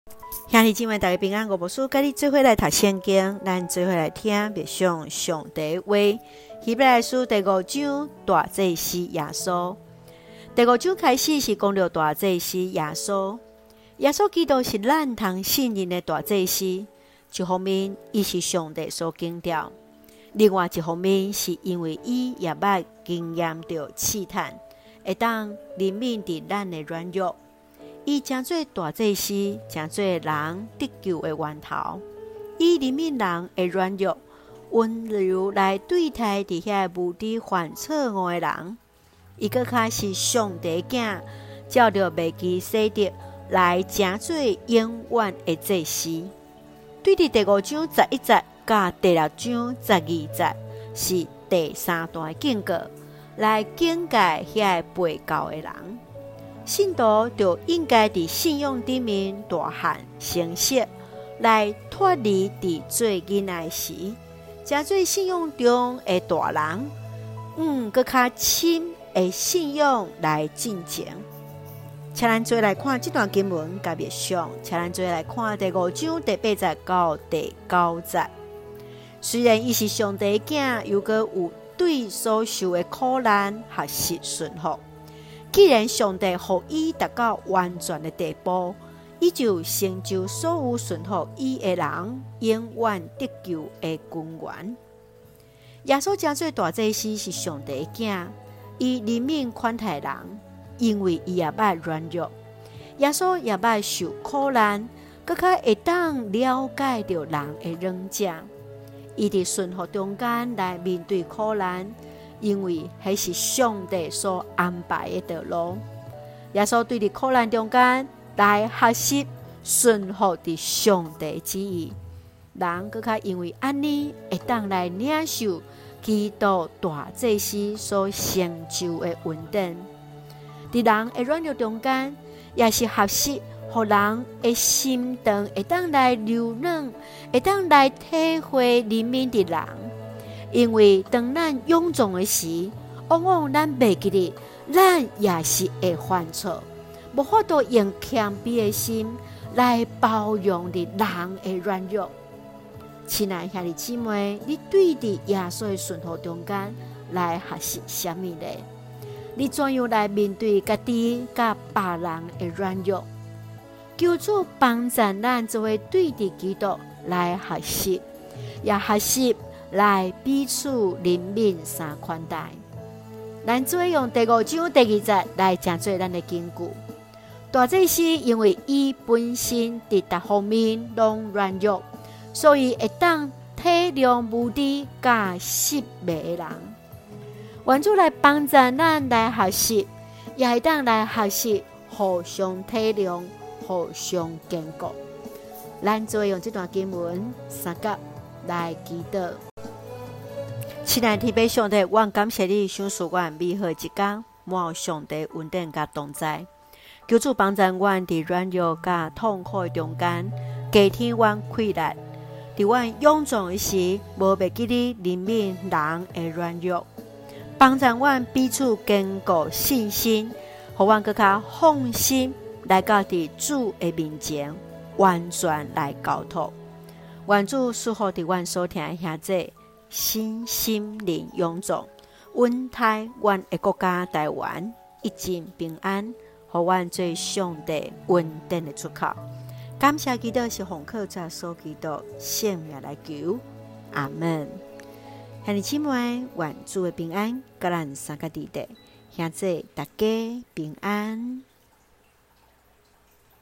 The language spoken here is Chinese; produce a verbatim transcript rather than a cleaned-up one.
兄弟姊妹大家平安，我无事，甲你做伙来读圣经，咱做伙来听默想上帝话。希伯来书第五章大祭司耶稣。第五章开始是讲到大祭司耶稣。耶稣基督是咱通信任的大祭司，一方面伊是上帝所敬重，另外一方面是因为伊也捌经验到试探，会当怜悯伫咱的软弱。伊诚做大祭司，诚做人得救的源头。伊怜悯人的软弱，温柔来对待伫遐无知犯错误的人。伊搁较是上帝囝，照着未记洗德来诚做永远的祭司。对伫第五章十一节甲第六章十二节是第三段警告，来警戒遐背教的人。信徒就应该伫信仰顶面大汉成熟，来脱离伫做囡仔时，诚做信仰中的大人。嗯，搁较深的信仰来进前。请咱做来看这段经文甲默想，请咱做来看第五章第八节到第九节。虽然伊是上帝囝，又搁有对所受的苦难学习顺服。既然上帝予伊达到完全的地步，伊就成就所有顺服伊的人永远得救的根源。耶稣诚做大祭司是上帝的囝，伊怜悯款待人，因为伊也捌软弱。耶稣也捌受苦难，搁较会当了解到人的软弱。伊伫顺服中间来面对苦难。因为迄是上帝所安排的道路，耶稣对伫苦难中间来学习顺服伫上帝旨意，人搁较因为安尼会当来领受基督大祭司所成就的恩典。伫人的软弱中间，也是学习，互人的心肠会当来柔软，会当来体会怜悯的人。因为当咱勇壮的时，往往咱袂记得，咱也是会犯错，无法度用谦卑的心来包容的人的软弱。亲爱兄弟姊妹，你对伫耶稣的顺服中间来学习什么呢？你怎样来面对家己甲别人的软弱？求主帮助咱做为对伫基督来学习，也学习。来彼此怜悯相款待，咱做用第五章第二节来讲做咱的根据。大祭司因为伊本身伫各方面拢软弱，所以会当体谅无知甲失迷的人。愿主来帮助咱来学习，也会当来学习互相体谅、互相坚固。咱做用这段经文三角来祈祷。亲爱的天父上帝，我感谢你赏赐我美好一天，满有上帝恩典甲同在。求主帮助我伫软弱甲痛苦的中间，加添我快乐。伫我勇壮的时，无袂记你怜悯人的软弱，帮助我彼此坚固信心，互我更加放心来到伫主的面前，完全来交托。愿主赐福伫阮所听的兄弟。心心灵勇壮，稳台阮的国家台湾一尽平安，互阮做上帝稳定的出口。感谢基督是奉靠主所基督圣名来求，阿门。兄弟姊妹，愿主的平安，甲咱三个地地，兄弟大家平安。